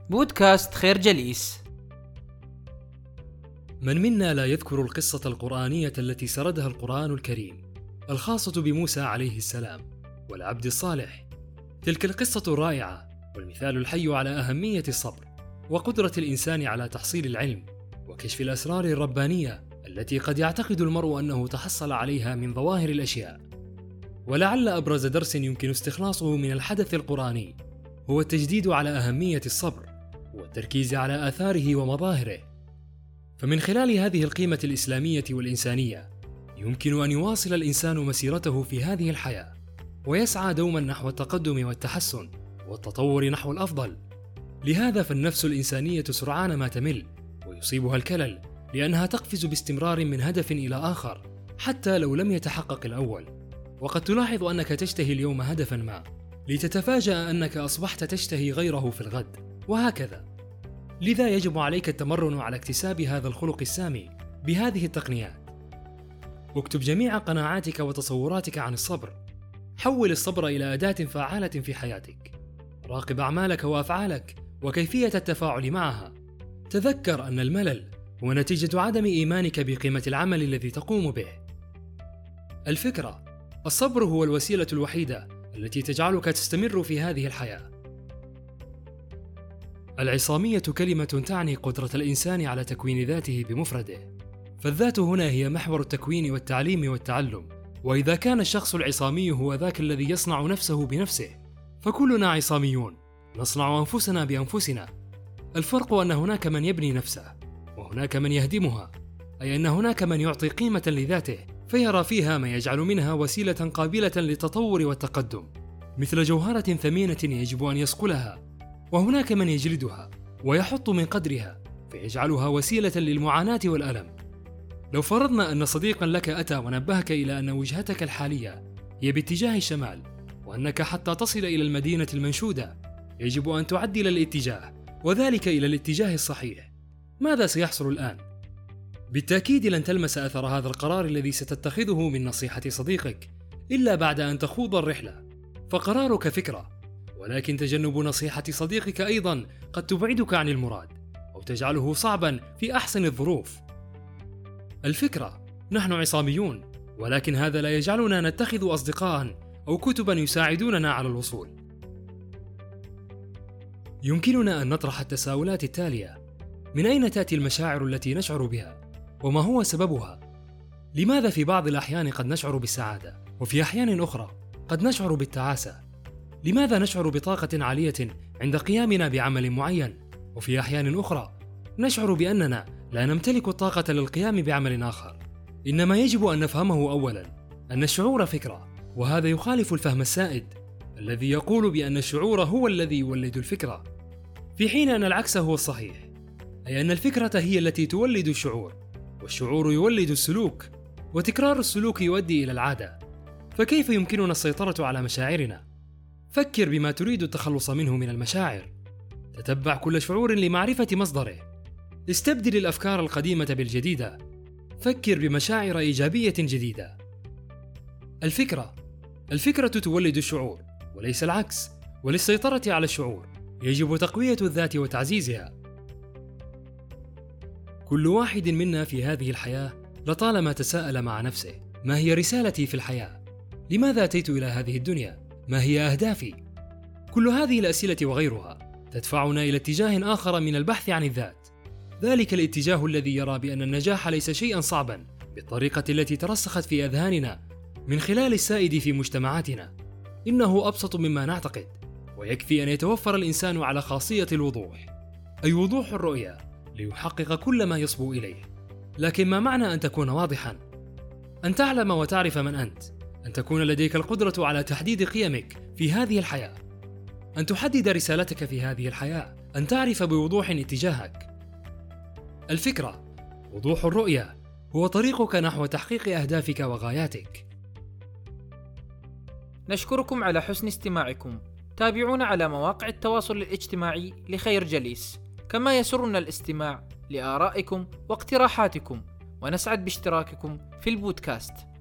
بودكاست خير جليس. من منا لا يذكر القصة القرآنية التي سردها القرآن الكريم، الخاصة بموسى عليه السلام والعبد الصالح؟ تلك القصة الرائعة والمثال الحي على أهمية الصبر وقدرة الإنسان على تحصيل العلم وكشف الأسرار الربانية التي قد يعتقد المرء أنه تحصل عليها من ظواهر الأشياء. ولعل أبرز درس يمكن استخلاصه من الحدث القرآني هو التجديد على أهمية الصبر والتركيز على آثاره ومظاهره. فمن خلال هذه القيمة الإسلامية والإنسانية يمكن أن يواصل الإنسان مسيرته في هذه الحياة ويسعى دوما نحو التقدم والتحسن والتطور نحو الأفضل. لهذا فالنفس الإنسانية سرعان ما تمل ويصيبها الكلل، لأنها تقفز باستمرار من هدف إلى آخر حتى لو لم يتحقق الأول. وقد تلاحظ أنك تشتهي اليوم هدفا ما لتتفاجأ أنك أصبحت تشتهي غيره في الغد، وهكذا. لذا يجب عليك التمرن على اكتساب هذا الخلق السامي بهذه التقنيات. اكتب جميع قناعاتك وتصوراتك عن الصبر. حول الصبر إلى أداة فعالة في حياتك. راقب أعمالك وأفعالك وكيفية التفاعل معها. تذكر أن الملل هو نتيجة عدم إيمانك بقيمة العمل الذي تقوم به. الفكرة: الصبر هو الوسيلة الوحيدة التي تجعلك تستمر في هذه الحياة. العصامية كلمة تعني قدرة الإنسان على تكوين ذاته بمفرده، فالذات هنا هي محور التكوين والتعليم والتعلم. وإذا كان الشخص العصامي هو ذاك الذي يصنع نفسه بنفسه، فكلنا عصاميون نصنع أنفسنا بأنفسنا. الفرق أن هناك من يبني نفسه وهناك من يهدمها، أي أن هناك من يعطي قيمة لذاته فيرى فيها ما يجعل منها وسيلة قابلة للتطور والتقدم، مثل جوهرة ثمينة يجب أن يصقلها. وهناك من يجلدها ويحط من قدرها فيجعلها وسيلة للمعاناة والألم. لو فرضنا أن صديقا لك أتى ونبهك إلى أن وجهتك الحالية هي باتجاه الشمال، وأنك حتى تصل إلى المدينة المنشودة يجب أن تعدل الاتجاه، وذلك إلى الاتجاه الصحيح، ماذا سيحصل الآن؟ بالتأكيد لن تلمس أثر هذا القرار الذي ستتخذه من نصيحة صديقك إلا بعد أن تخوض الرحلة. فقرارك فكرة، ولكن تجنب نصيحة صديقك أيضا قد تبعدك عن المراد أو تجعله صعبا في أحسن الظروف. الفكرة: نحن عصاميون، ولكن هذا لا يجعلنا نتخذ أصدقاء أو كتبا يساعدوننا على الوصول. يمكننا أن نطرح التساؤلات التالية: من أين تأتي المشاعر التي نشعر بها؟ وما هو سببها؟ لماذا في بعض الأحيان قد نشعر بالسعادة وفي أحيان أخرى قد نشعر بالتعاسة؟ لماذا نشعر بطاقة عالية عند قيامنا بعمل معين وفي أحيان أخرى نشعر بأننا لا نمتلك الطاقة للقيام بعمل آخر؟ إنما يجب أن نفهمه أولا أن الشعور فكرة، وهذا يخالف الفهم السائد الذي يقول بأن الشعور هو الذي يولد الفكرة، في حين أن العكس هو الصحيح، أي أن الفكرة هي التي تولد الشعور، والشعور يولد السلوك، وتكرار السلوك يؤدي إلى العادة. فكيف يمكننا السيطرة على مشاعرنا؟ فكر بما تريد التخلص منه من المشاعر. تتبع كل شعور لمعرفة مصدره. استبدل الأفكار القديمة بالجديدة. فكر بمشاعر إيجابية جديدة. الفكرة تولد الشعور وليس العكس، وللسيطرة على الشعور يجب تقوية الذات وتعزيزها. كل واحد منا في هذه الحياة لطالما تساءل مع نفسه: ما هي رسالتي في الحياة؟ لماذا أتيت إلى هذه الدنيا؟ ما هي أهدافي؟ كل هذه الأسئلة وغيرها تدفعنا إلى اتجاه آخر من البحث عن الذات، ذلك الاتجاه الذي يرى بأن النجاح ليس شيئا صعبا بالطريقة التي ترسخت في أذهاننا من خلال السائد في مجتمعاتنا. إنه أبسط مما نعتقد، ويكفي أن يتوفر الإنسان على خاصية الوضوح، أي وضوح الرؤية، ليحقق كل ما يصبو إليه. لكن ما معنى أن تكون واضحا؟ أن تعلم وتعرف من أنت، أن تكون لديك القدرة على تحديد قيمك في هذه الحياة، أن تحدد رسالتك في هذه الحياة، أن تعرف بوضوح اتجاهك. الفكرة: وضوح الرؤية هو طريقك نحو تحقيق أهدافك وغاياتك. نشكركم على حسن استماعكم. تابعونا على مواقع التواصل الاجتماعي لخير جليس، كما يسرنا الاستماع لآرائكم واقتراحاتكم، ونسعد باشتراككم في البودكاست.